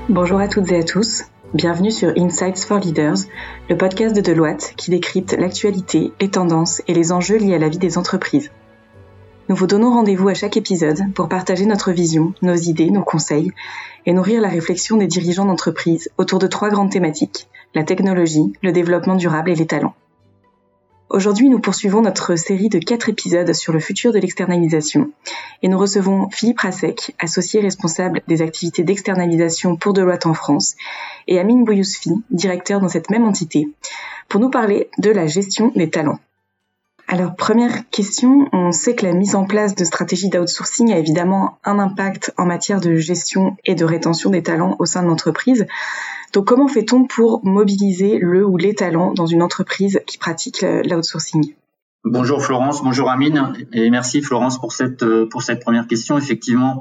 Bonjour à toutes et à tous, bienvenue sur Insights for Leaders, le podcast de Deloitte qui décrypte l'actualité, les tendances et les enjeux liés à la vie des entreprises. Nous vous donnons rendez-vous à chaque épisode pour partager notre vision, nos idées, nos conseils et nourrir la réflexion des dirigeants d'entreprise autour de 3 grandes thématiques, la technologie, le développement durable et les talents. Aujourd'hui, nous poursuivons notre série de 4 épisodes sur le futur de l'externalisation et nous recevons Philippe Rasek, associé responsable des activités d'externalisation pour Deloitte en France, et Amine Bouyousfi, directeur dans cette même entité, pour nous parler de la gestion des talents. Alors, première question, on sait que la mise en place de stratégies d'outsourcing a évidemment un impact en matière de gestion et de rétention des talents au sein de l'entreprise. Donc, comment fait-on pour mobiliser le ou les talents dans une entreprise qui pratique l'outsourcing ? Bonjour Florence, bonjour Amine, et merci Florence pour cette première question. Effectivement,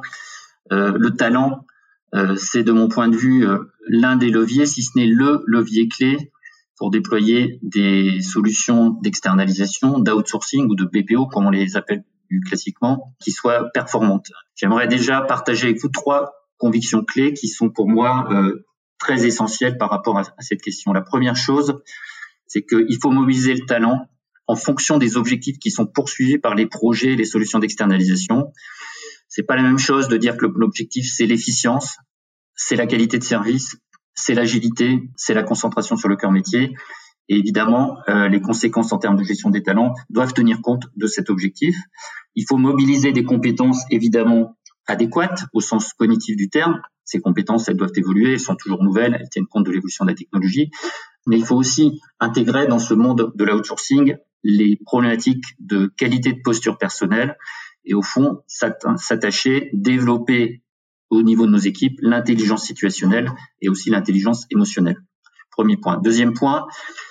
le talent, c'est de mon point de vue l'un des leviers, si ce n'est le levier clé pour déployer des solutions d'externalisation, d'outsourcing ou de BPO, comme on les appelle plus classiquement, qui soient performantes. J'aimerais déjà partager avec vous 3 convictions clés qui sont pour moi très essentielles par rapport à cette question. La première chose, c'est qu'il faut mobiliser le talent en fonction des objectifs qui sont poursuivis par les projets et les solutions d'externalisation. C'est pas la même chose de dire que l'objectif, c'est l'efficience, c'est la qualité de service, c'est l'agilité, c'est la concentration sur le cœur métier. Et évidemment, les conséquences en termes de gestion des talents doivent tenir compte de cet objectif. Il faut mobiliser des compétences évidemment adéquates au sens cognitif du terme. Ces compétences, elles doivent évoluer, elles sont toujours nouvelles, elles tiennent compte de l'évolution de la technologie. Mais il faut aussi intégrer dans ce monde de l'outsourcing les problématiques de qualité de posture personnelle et au fond, s'attacher, développer au niveau de nos équipes l'intelligence situationnelle et aussi l'intelligence émotionnelle. Premier point. Deuxième point,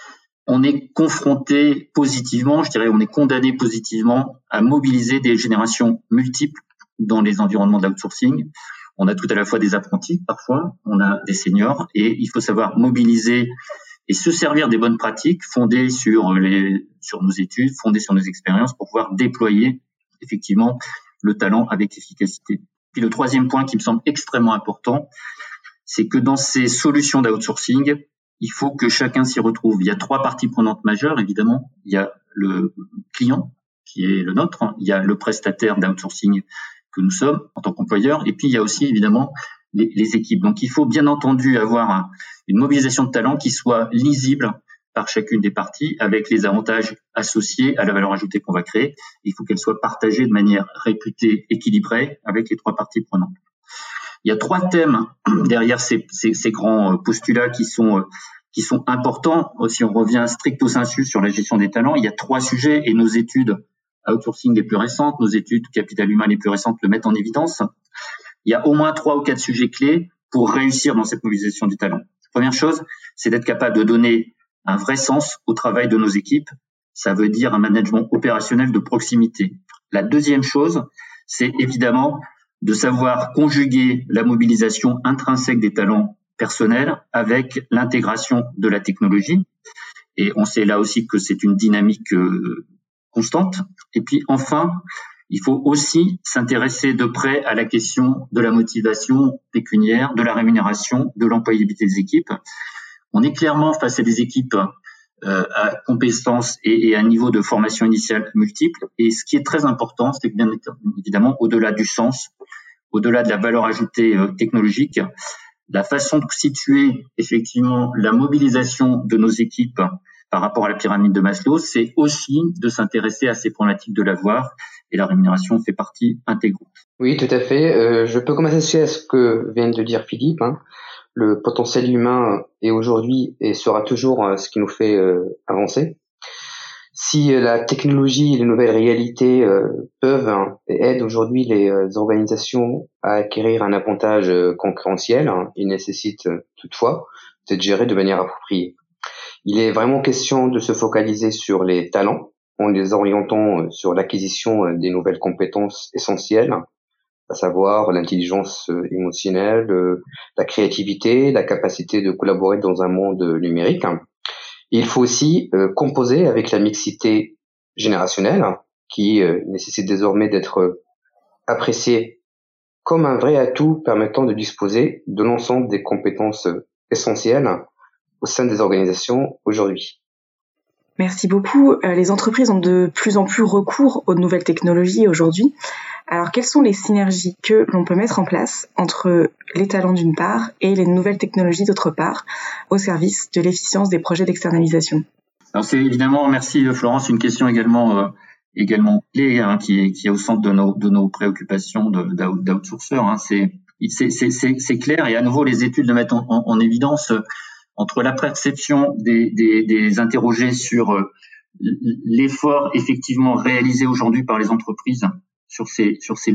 on est confronté positivement, on est condamné positivement à mobiliser des générations multiples dans les environnements d'outsourcing. On a tout à la fois des apprentis parfois, on a des seniors et il faut savoir mobiliser et se servir des bonnes pratiques fondées sur nos études, fondées sur nos expériences pour pouvoir déployer effectivement le talent avec efficacité. Puis le troisième point qui me semble extrêmement important, c'est que dans ces solutions d'outsourcing, il faut que chacun s'y retrouve. Il y a 3 parties prenantes majeures, évidemment. Il y a le client, qui est le nôtre. Il y a le prestataire d'outsourcing que nous sommes en tant qu'employeur. Et puis, il y a aussi, évidemment, les équipes. Donc, il faut bien entendu avoir une mobilisation de talent qui soit lisible par chacune des parties avec les avantages associés à la valeur ajoutée qu'on va créer. Il faut qu'elle soit partagée de manière réputée, équilibrée avec les 3 parties prenantes. Il y a 3 thèmes derrière ces grands postulats qui sont importants. Si on revient stricto sensu sur la gestion des talents, il y a 3 sujets et nos études outsourcing les plus récentes, nos études capital humain les plus récentes le mettent en évidence. Il y a au moins 3 ou 4 sujets clés pour réussir dans cette mobilisation du talent. Première chose, c'est d'être capable de donner un vrai sens au travail de nos équipes. Ça veut dire un management opérationnel de proximité. La deuxième chose, c'est évidemment de savoir conjuguer la mobilisation intrinsèque des talents personnels avec l'intégration de la technologie. Et on sait là aussi que c'est une dynamique constante. Et puis enfin, il faut aussi s'intéresser de près à la question de la motivation pécuniaire, de la rémunération, de l'employabilité des équipes. On est clairement face à des équipes à compétences et à un niveau de formation initiale multiple. Et ce qui est très important, c'est que bien évidemment, au-delà du sens, au-delà de la valeur ajoutée technologique, la façon de situer effectivement la mobilisation de nos équipes par rapport à la pyramide de Maslow, c'est aussi de s'intéresser à ces problématiques de l'avoir et la rémunération fait partie intégrante. Oui, tout à fait. Je peux commencer à ce que vient de dire Philippe. Le potentiel humain est aujourd'hui et sera toujours ce qui nous fait avancer. Si la technologie et les nouvelles réalités peuvent et aident aujourd'hui les organisations à acquérir un avantage concurrentiel, ils nécessitent toutefois d'être gérés de manière appropriée. Il est vraiment question de se focaliser sur les talents en les orientant sur l'acquisition des nouvelles compétences essentielles, à savoir l'intelligence émotionnelle, la créativité, la capacité de collaborer dans un monde numérique. Il faut aussi composer avec la mixité générationnelle qui nécessite désormais d'être appréciée comme un vrai atout permettant de disposer de l'ensemble des compétences essentielles au sein des organisations aujourd'hui. Merci beaucoup. Les entreprises ont de plus en plus recours aux nouvelles technologies aujourd'hui. Alors, quelles sont les synergies que l'on peut mettre en place entre les talents d'une part et les nouvelles technologies d'autre part, au service de l'efficience des projets d'externalisation? Alors, c'est évidemment, merci Florence, une question également clé, qui est au centre de nos préoccupations d'outsourceurs. C'est clair, et à nouveau les études le mettent en évidence, entre la perception des interrogés sur l'effort effectivement réalisé aujourd'hui par les entreprises sur ces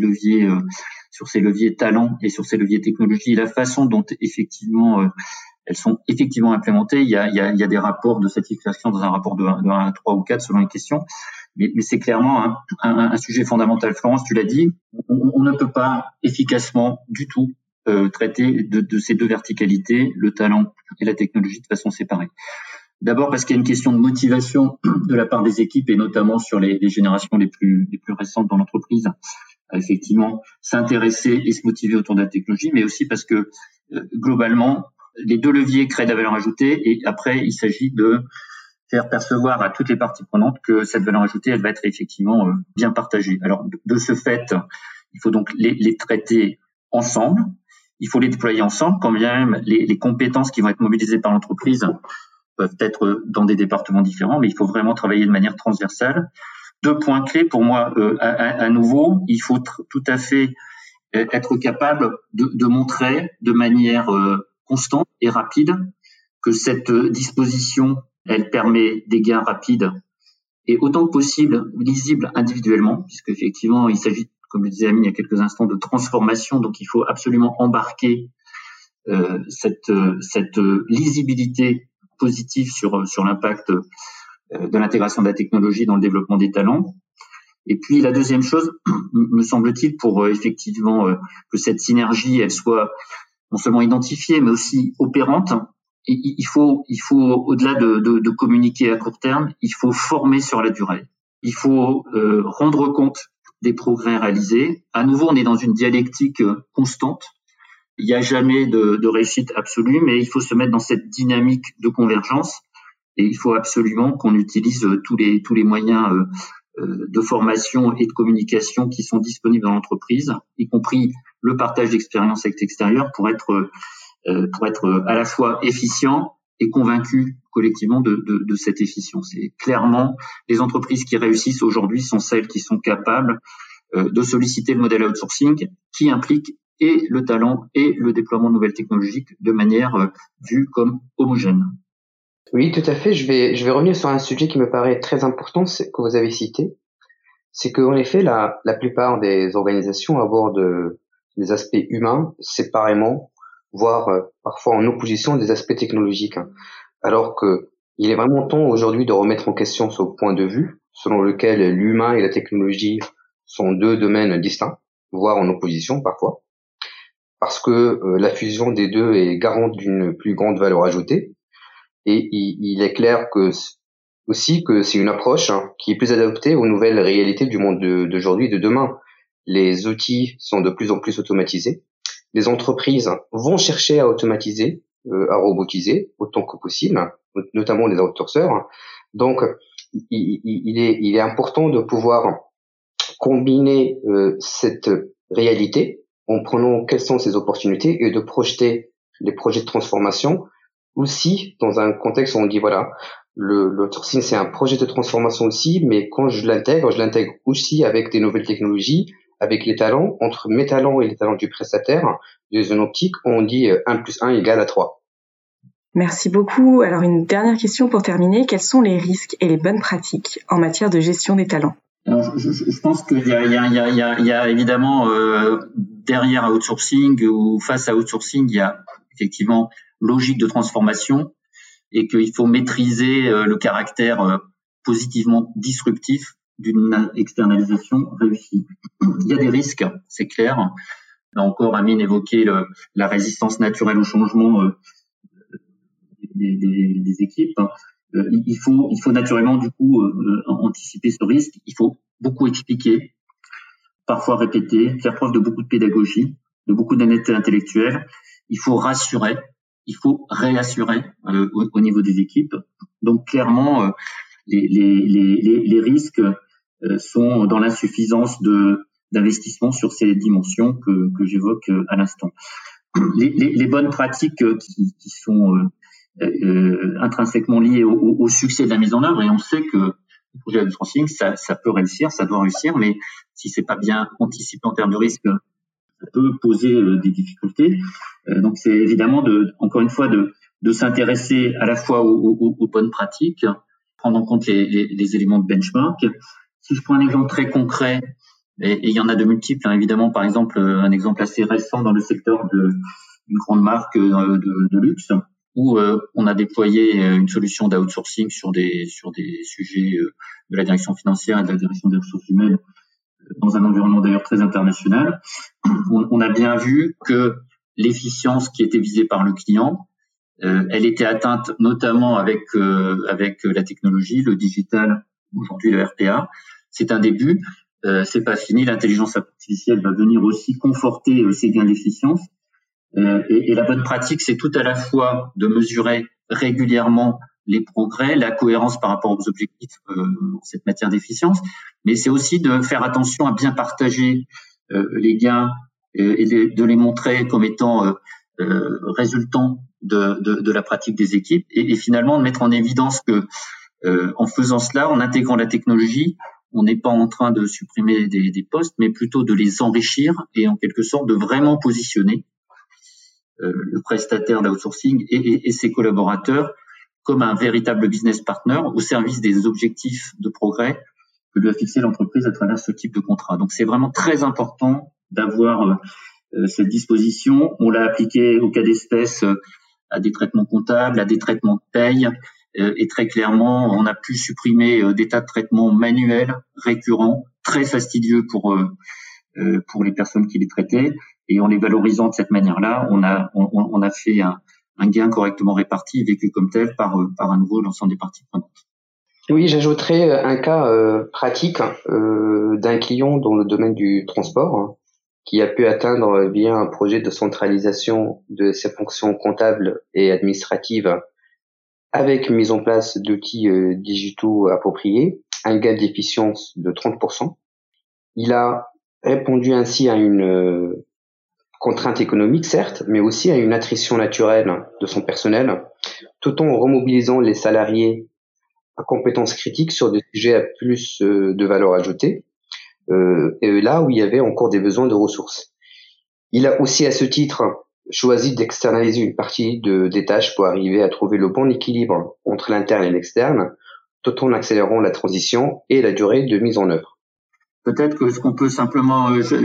leviers talents et sur ces leviers technologies, et la façon dont effectivement elles sont effectivement implémentées. Il y a des rapports de satisfaction dans un rapport de 1 à 3 ou 4 selon les questions, mais c'est clairement un sujet fondamental. Florence, tu l'as dit, on ne peut pas efficacement du tout traiter de ces deux verticalités, le talent et la technologie, de façon séparée. D'abord parce qu'il y a une question de motivation de la part des équipes, et notamment sur les générations les plus récentes dans l'entreprise, à effectivement s'intéresser et se motiver autour de la technologie, mais aussi parce que globalement, les deux leviers créent de la valeur ajoutée, et après, il s'agit de faire percevoir à toutes les parties prenantes que cette valeur ajoutée, elle va être effectivement bien partagée. Alors, de ce fait, il faut donc les traiter ensemble, il faut les déployer ensemble, quand bien même les compétences qui vont être mobilisées par l'entreprise peuvent être dans des départements différents, mais il faut vraiment travailler de manière transversale. 2 points clés pour moi, à nouveau, il faut tout à fait être capable de montrer de manière constante et rapide que cette disposition, elle permet des gains rapides et autant que possible lisibles individuellement, puisque effectivement il s'agit, comme le disait Amine il y a quelques instants, de transformation, donc il faut absolument embarquer cette lisibilité positive sur l'impact de l'intégration de la technologie dans le développement des talents. Et puis la deuxième chose, me semble-t-il, pour effectivement que cette synergie elle soit non seulement identifiée mais aussi opérante, il faut au-delà de communiquer à court terme, il faut former sur la durée. Il faut rendre compte des progrès réalisés. À nouveau, on est dans une dialectique constante. Il n'y a jamais de réussite absolue, mais il faut se mettre dans cette dynamique de convergence, et il faut absolument qu'on utilise tous les moyens de formation et de communication qui sont disponibles dans l'entreprise, y compris le partage d'expériences avec l'extérieur, pour être à la fois efficient et convaincu collectivement de cette efficience. Et clairement, les entreprises qui réussissent aujourd'hui sont celles qui sont capables de solliciter le modèle outsourcing, qui implique et le talent et le déploiement de nouvelles technologies de manière vue comme homogène. Oui, tout à fait. Je vais revenir sur un sujet qui me paraît très important, que vous avez cité. C'est qu'en effet, la plupart des organisations abordent des aspects humains séparément, voire parfois en opposition des aspects technologiques. Alors que il est vraiment temps aujourd'hui de remettre en question ce point de vue, selon lequel l'humain et la technologie sont deux domaines distincts, voire en opposition parfois, parce que la fusion des deux est garante d'une plus grande valeur ajoutée. Et il est clair que c'est une approche qui est plus adaptée aux nouvelles réalités du monde d'aujourd'hui et de demain. Les outils sont de plus en plus automatisés. Les entreprises vont chercher à automatiser, à robotiser autant que possible, notamment les outsourceurs. Donc, il est important de pouvoir combiner cette réalité en prenant quelles sont ces opportunités et de projeter les projets de transformation aussi dans un contexte où on dit voilà, l'outsourcing c'est un projet de transformation aussi, mais quand je l'intègre aussi avec des nouvelles technologies, avec les talents, entre mes talents et les talents du prestataire, dans une optique où on dit 1 + 1 = 3. Merci beaucoup. Alors une dernière question pour terminer, quels sont les risques et les bonnes pratiques en matière de gestion des talents ? Alors, je pense qu'il y a évidemment derrière outsourcing ou face à outsourcing, il y a effectivement logique de transformation, et qu'il faut maîtriser le caractère positivement disruptif d'une externalisation réussie. Il y a des risques, c'est clair. Là encore, Amine évoquait la résistance naturelle au changement des équipes. Il faut naturellement du coup anticiper ce risque. Il faut beaucoup expliquer, parfois répéter, faire preuve de beaucoup de pédagogie. beaucoup d'honnêteté intellectuelle. Il faut rassurer, il faut réassurer au niveau des équipes. Donc clairement, les risques sont dans l'insuffisance d'investissement sur ces dimensions que j'évoque à l'instant. Les bonnes pratiques qui sont intrinsèquement liées au succès de la mise en œuvre, et on sait que le projet d'outsourcing, ça peut réussir, ça doit réussir, mais si c'est pas bien anticipé en termes de risque, ça peut poser des difficultés. Donc c'est évidemment encore une fois de s'intéresser à la fois aux bonnes pratiques, prendre en compte les éléments de benchmark. Si je prends un exemple très concret, et il y en a de multiples, évidemment, par exemple, un exemple assez récent dans le secteur d'une grande marque de luxe, où on a déployé une solution d'outsourcing sur des sujets de la direction financière et de la direction des ressources humaines, dans un environnement d'ailleurs très international. On a bien vu que l'efficience qui était visée par le client, elle était atteinte notamment avec la technologie, le digital, aujourd'hui le RPA. C'est un début, c'est pas fini. L'intelligence artificielle va venir aussi conforter ces gains d'efficience. Et la bonne pratique, c'est tout à la fois de mesurer régulièrement les progrès, la cohérence par rapport aux objectifs en cette matière d'efficience, mais c'est aussi de faire attention à bien partager les gains et de les montrer comme étant résultants de la pratique des équipes, et finalement de mettre en évidence que en faisant cela, en intégrant la technologie, on n'est pas en train de supprimer des postes, mais plutôt de les enrichir et en quelque sorte de vraiment positionner le prestataire d'outsourcing et ses collaborateurs comme un véritable business partner au service des objectifs de progrès que lui a fixé l'entreprise à travers ce type de contrat. Donc c'est vraiment très important d'avoir cette disposition. On l'a appliquée au cas d'espèce à des traitements comptables, à des traitements de paye, et très clairement, on a pu supprimer des tas de traitements manuels, récurrents, très fastidieux pour les personnes qui les traitaient, et en les valorisant de cette manière-là, on a fait un gain correctement réparti, vécu comme tel par à nouveau l'ensemble des parties prenantes. Oui, j'ajouterais un cas pratique d'un client dans le domaine du transport qui a pu atteindre via un projet de centralisation de ses fonctions comptables et administratives avec une mise en place d'outils digitaux appropriés, un gain d'efficience de 30%. Il a répondu ainsi à une contrainte économique, certes, mais aussi à une attrition naturelle de son personnel, tout en remobilisant les salariés à compétences critiques sur des sujets à plus de valeur ajoutée, et là où il y avait encore des besoins de ressources. Il a aussi, à ce titre, choisi d'externaliser une partie des tâches pour arriver à trouver le bon équilibre entre l'interne et l'externe, tout en accélérant la transition et la durée de mise en œuvre. Peut-être que ce qu'on peut simplement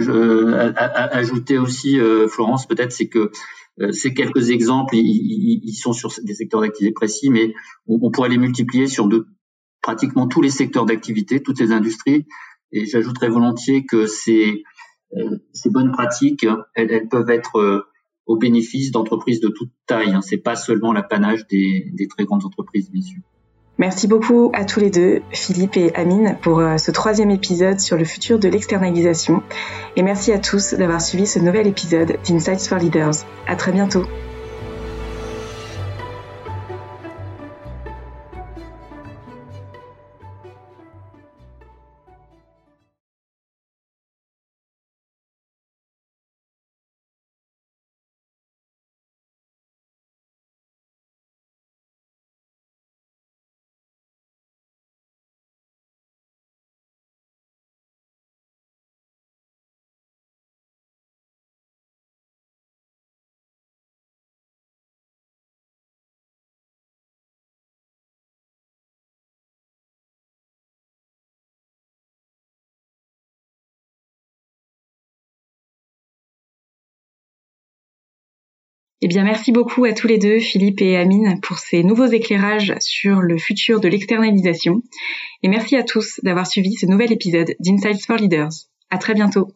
ajouter aussi, Florence, peut-être, c'est que ces quelques exemples, ils sont sur des secteurs d'activité précis, mais on pourrait les multiplier sur pratiquement tous les secteurs d'activité, toutes les industries. Et j'ajouterais volontiers que ces bonnes pratiques, elles peuvent être au bénéfice d'entreprises de toute taille. C'est pas seulement l'apanage des très grandes entreprises, bien sûr. Merci beaucoup à tous les deux, Philippe et Amine, pour ce 3e épisode sur le futur de l'externalisation. Et merci à tous d'avoir suivi ce nouvel épisode d'Insights for Leaders. À très bientôt. Eh bien, merci beaucoup à tous les deux, Philippe et Amine, pour ces nouveaux éclairages sur le futur de l'externalisation. Et merci à tous d'avoir suivi ce nouvel épisode d'Insights for Leaders. À très bientôt.